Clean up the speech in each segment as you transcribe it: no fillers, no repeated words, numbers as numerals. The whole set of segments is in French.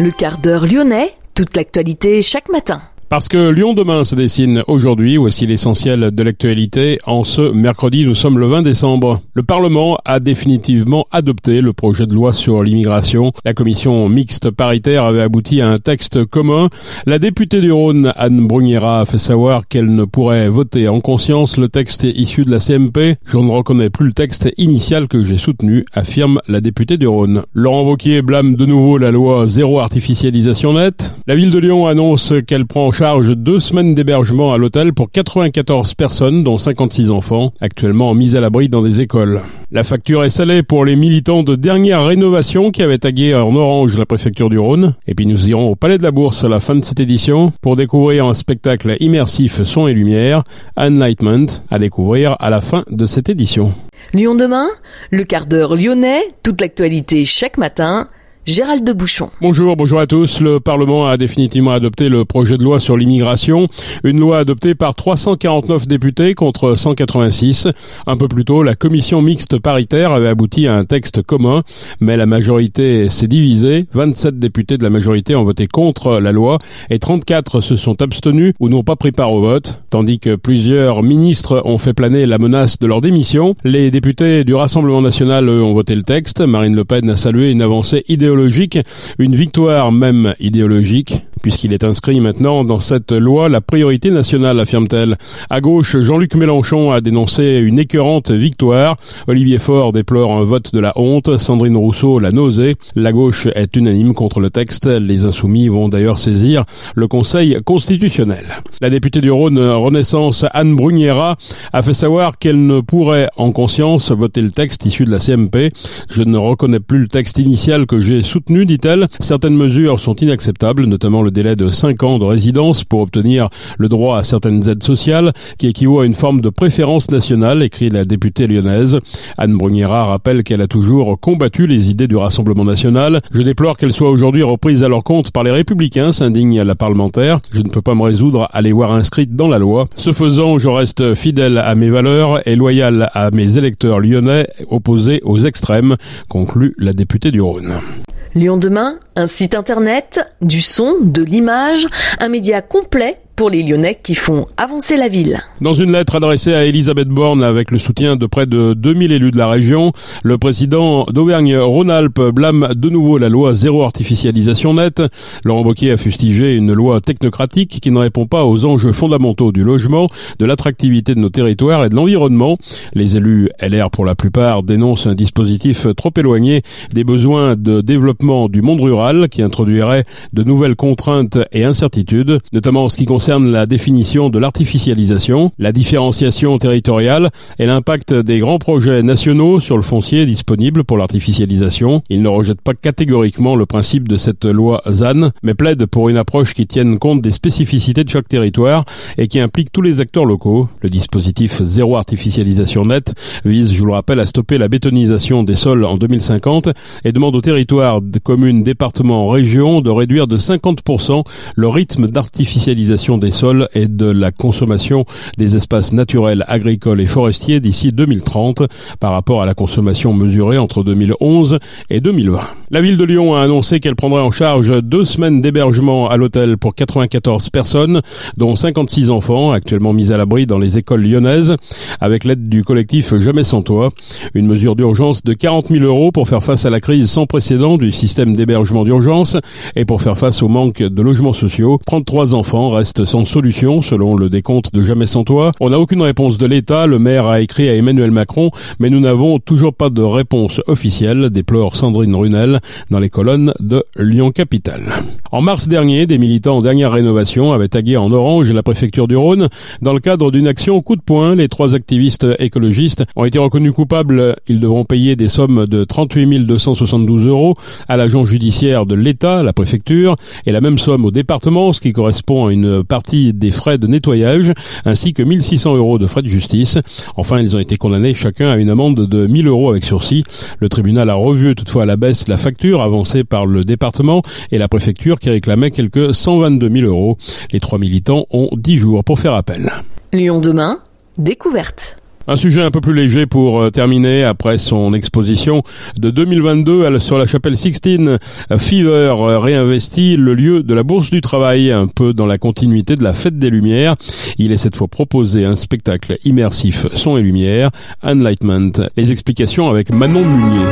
Le quart d'heure lyonnais, toute l'actualité chaque matin. Parce que Lyon demain se dessine aujourd'hui, voici l'essentiel de l'actualité. En ce mercredi, nous sommes le 20 décembre. Le Parlement a définitivement adopté le projet de loi sur l'immigration. La commission mixte paritaire avait abouti à un texte commun. La députée du Rhône, Anne Brugnera, a fait savoir qu'elle ne pourrait voter en conscience le texte issu de la CMP. Je ne reconnais plus le texte initial que j'ai soutenu, affirme la députée du Rhône. Laurent Wauquiez blâme de nouveau la loi zéro artificialisation nette. La ville de Lyon annonce qu'elle prend en charge 2 semaines d'hébergement à l'hôtel pour 94 personnes, dont 56 enfants, actuellement mis à l'abri dans des écoles. La facture est salée pour les militants de Dernière Rénovation qui avaient tagué en orange la préfecture du Rhône. Et puis nous irons au Palais de la Bourse à la fin de cette édition pour découvrir un spectacle immersif son et lumière, Enlightenment, à découvrir à la fin de cette édition. Lyon demain, le quart d'heure lyonnais, toute l'actualité chaque matin. Gérald de Bouchon. Bonjour à tous. Le Parlement a définitivement adopté le projet de loi sur l'immigration. Une loi adoptée par 349 députés contre 186. Un peu plus tôt, la commission mixte paritaire avait abouti à un texte commun, mais la majorité s'est divisée. 27 députés de la majorité ont voté contre la loi et 34 se sont abstenus ou n'ont pas pris part au vote, tandis que plusieurs ministres ont fait planer la menace de leur démission. Les députés du Rassemblement national, eux, ont voté le texte. Marine Le Pen a salué une avancée idéologique, une victoire même idéologique, puisqu'il est inscrit maintenant dans cette loi la priorité nationale, affirme-t-elle. À gauche, Jean-Luc Mélenchon a dénoncé une écœurante victoire. Olivier Faure déplore un vote de la honte. Sandrine Rousseau la nausée. La gauche est unanime contre le texte. Les Insoumis vont d'ailleurs saisir le Conseil constitutionnel. La députée du Rhône Renaissance, Anne Brugnera, a fait savoir qu'elle ne pourrait en conscience voter le texte issu de la CMP. Je ne reconnais plus le texte initial que j'ai soutenu, dit-elle. Certaines mesures sont inacceptables, notamment le délai de 5 ans de résidence pour obtenir le droit à certaines aides sociales, qui équivaut à une forme de préférence nationale, écrit la députée lyonnaise. Anne Brugnera rappelle qu'elle a toujours combattu les idées du Rassemblement national. Je déplore qu'elles soient aujourd'hui reprises à leur compte par les Républicains, s'indigne la parlementaire. Je ne peux pas me résoudre à les voir inscrites dans la loi. Ce faisant, je reste fidèle à mes valeurs et loyal à mes électeurs lyonnais opposés aux extrêmes, conclut la députée du Rhône. Lyon demain, un site internet, du son, de l'image, un média complet pour les Lyonnais qui font avancer la ville. Dans une lettre adressée à Elisabeth Borne avec le soutien de près de 2000 élus de la région, le président d'Auvergne-Rhône-Alpes blâme de nouveau la loi zéro artificialisation nette. Laurent Wauquiez a fustigé une loi technocratique qui ne répond pas aux enjeux fondamentaux du logement, de l'attractivité de nos territoires et de l'environnement. Les élus LR pour la plupart dénoncent un dispositif trop éloigné des besoins de développement du monde rural qui introduirait de nouvelles contraintes et incertitudes, notamment en ce qui concerne la définition de l'artificialisation, la différenciation territoriale et l'impact des grands projets nationaux sur le foncier disponible pour l'artificialisation. Il ne rejette pas catégoriquement le principe de cette loi ZAN, mais plaide pour une approche qui tienne compte des spécificités de chaque territoire et qui implique tous les acteurs locaux. Le dispositif zéro artificialisation nette vise, je vous le rappelle, à stopper la bétonisation des sols en 2050 et demande aux territoires, communes, départements, régions de réduire de 50% le rythme d'artificialisation des sols et de la consommation des espaces naturels, agricoles et forestiers d'ici 2030 par rapport à la consommation mesurée entre 2011 et 2020. La ville de Lyon a annoncé qu'elle prendrait en charge 2 semaines d'hébergement à l'hôtel pour 94 personnes, dont 56 enfants actuellement mis à l'abri dans les écoles lyonnaises, avec l'aide du collectif Jamais sans toit. Une mesure d'urgence de 40 000 € pour faire face à la crise sans précédent du système d'hébergement d'urgence et pour faire face au manque de logements sociaux. 33 enfants restent sans solution, selon le décompte de Jamais sans toit. On n'a aucune réponse de l'État. Le maire a écrit à Emmanuel Macron, mais nous n'avons toujours pas de réponse officielle, déplore Sandrine Runel dans les colonnes de Lyon Capitale. En mars dernier, des militants en Dernière Rénovation avaient tagué en orange la préfecture du Rhône. Dans le cadre d'une action coup de poing, les 3 activistes écologistes ont été reconnus coupables. Ils devront payer des sommes de 38 272 € à l'agent judiciaire de l'État, la préfecture, et la même somme au département, ce qui correspond à une partie des frais de nettoyage, ainsi que 1 600 € de frais de justice. Enfin, ils ont été condamnés chacun à une amende de 1 000 € avec sursis. Le tribunal a revu toutefois à la baisse la facture avancée par le département et la préfecture qui réclamait quelque 122 000 €. Les 3 militants ont 10 jours pour faire appel. Lyon demain, découverte. Un sujet un peu plus léger pour terminer. Après son exposition de 2022 sur la chapelle Sixtine, Fever réinvestit le lieu de la Bourse du Travail, un peu dans la continuité de la Fête des Lumières. Il est cette fois proposé un spectacle immersif son et lumière, Enlightenment. Les explications avec Manon Munier.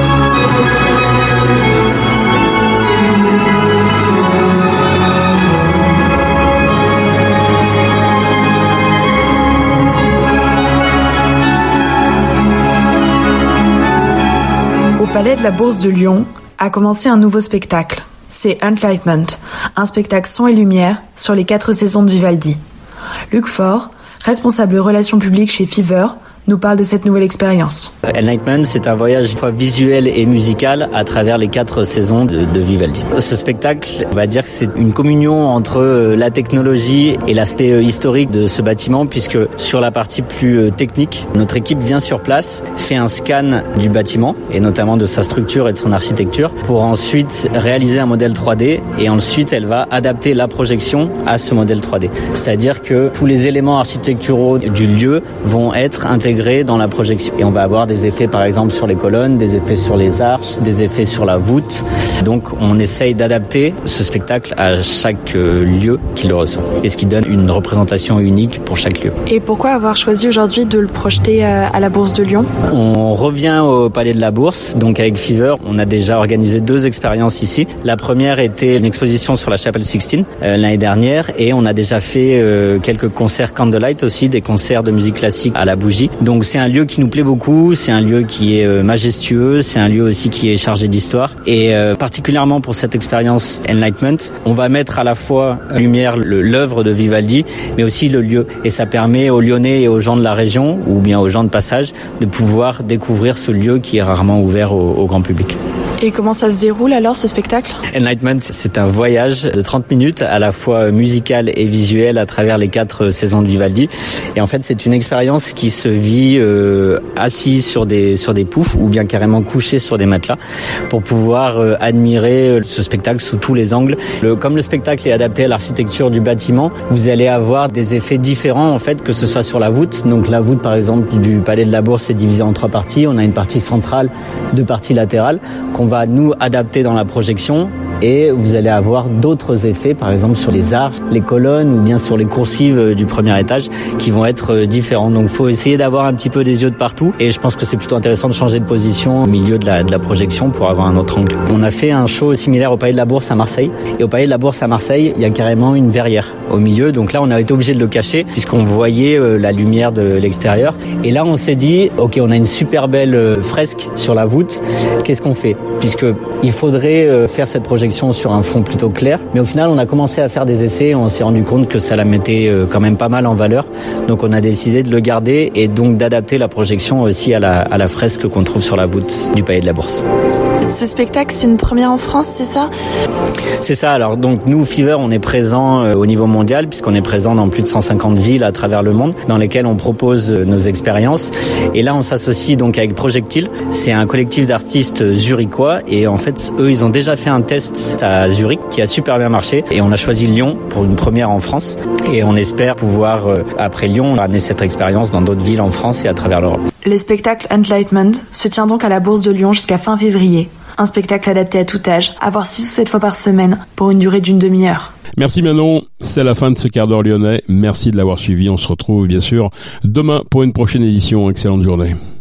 Au Palais de la Bourse de Lyon a commencé un nouveau spectacle. C'est Enlightenment, un spectacle son et lumière sur les 4 saisons de Vivaldi. Luc Faure, responsable relations publiques chez Fever, nous parle de cette nouvelle expérience. Enlightenment, c'est un voyage visuel et musical à travers les 4 saisons de Vivaldi. Ce spectacle, on va dire que c'est une communion entre la technologie et l'aspect historique de ce bâtiment, puisque sur la partie plus technique, notre équipe vient sur place, fait un scan du bâtiment, et notamment de sa structure et de son architecture, pour ensuite réaliser un modèle 3D, et ensuite elle va adapter la projection à ce modèle 3D. C'est-à-dire que tous les éléments architecturaux du lieu vont être intégrés dans la projection. Et on va avoir des effets par exemple sur les colonnes, des effets sur les arches, des effets sur la voûte. Donc on essaye d'adapter ce spectacle à chaque lieu qui le ressent. Et ce qui donne une représentation unique pour chaque lieu. Et pourquoi avoir choisi aujourd'hui de le projeter à la Bourse de Lyon ? On revient au Palais de la Bourse. Donc avec Fever, on a déjà organisé 2 expériences ici. La première était une exposition sur la chapelle Sixtine l'année dernière. Et on a déjà fait quelques concerts Candlelight aussi, des concerts de musique classique à la bougie. Donc c'est un lieu qui nous plaît beaucoup, c'est un lieu qui est majestueux, c'est un lieu aussi qui est chargé d'histoire. Et particulièrement pour cette expérience Enlightenment, on va mettre à la fois en lumière l'œuvre de Vivaldi, mais aussi le lieu. Et ça permet aux Lyonnais et aux gens de la région, ou bien aux gens de passage, de pouvoir découvrir ce lieu qui est rarement ouvert au grand public. Et comment ça se déroule alors ce spectacle ? Enlightenment, c'est un voyage de 30 minutes à la fois musical et visuel à travers les 4 saisons de Vivaldi. Et en fait, c'est une expérience qui se vit assis sur des poufs ou bien carrément couché sur des matelas pour pouvoir admirer ce spectacle sous tous les angles. Comme le spectacle est adapté à l'architecture du bâtiment, vous allez avoir des effets différents en fait, que ce soit sur la voûte. Donc la voûte par exemple du Palais de la Bourse est divisée en 3 parties. On a une partie centrale, 2 parties latérales qu'on va nous adapter dans la projection et vous allez avoir d'autres effets, par exemple sur les arches, les colonnes ou bien sur les coursives du premier étage qui vont être différents. Donc il faut essayer d'avoir un petit peu des yeux de partout et je pense que c'est plutôt intéressant de changer de position au milieu de la projection pour avoir un autre angle. On a fait un show similaire au Palais de la Bourse à Marseille et au Palais de la Bourse à Marseille, il y a carrément une verrière au milieu. Donc là, on a été obligé de le cacher puisqu'on voyait la lumière de l'extérieur. Et là, on s'est dit, ok, on a une super belle fresque sur la voûte. Qu'est-ce qu'on fait ? Puisque il faudrait faire cette projection sur un fond plutôt clair. Mais au final, on a commencé à faire des essais et on s'est rendu compte que ça la mettait quand même pas mal en valeur. Donc on a décidé de le garder et donc d'adapter la projection aussi à la fresque qu'on trouve sur la voûte du Palais de la Bourse. Ce spectacle, c'est une première en France, c'est ça ? C'est ça. Alors donc nous, Fever, on est présent au niveau mondial puisqu'on est présent dans plus de 150 villes à travers le monde dans lesquelles on propose nos expériences. Et là, on s'associe donc avec Projectile. C'est un collectif d'artistes zurichois et en fait, eux, ils ont déjà fait un test à Zurich qui a super bien marché et on a choisi Lyon pour une première en France et on espère pouvoir, après Lyon, ramener cette expérience dans d'autres villes en France et à travers l'Europe. Le spectacle Enlightenment se tient donc à la Bourse de Lyon jusqu'à fin février. Un spectacle adapté à tout âge, à voir 6 ou 7 fois par semaine pour une durée d'une demi-heure. Merci Manon, c'est la fin de ce quart d'heure lyonnais. Merci de l'avoir suivi. On se retrouve bien sûr demain pour une prochaine édition. Excellente journée.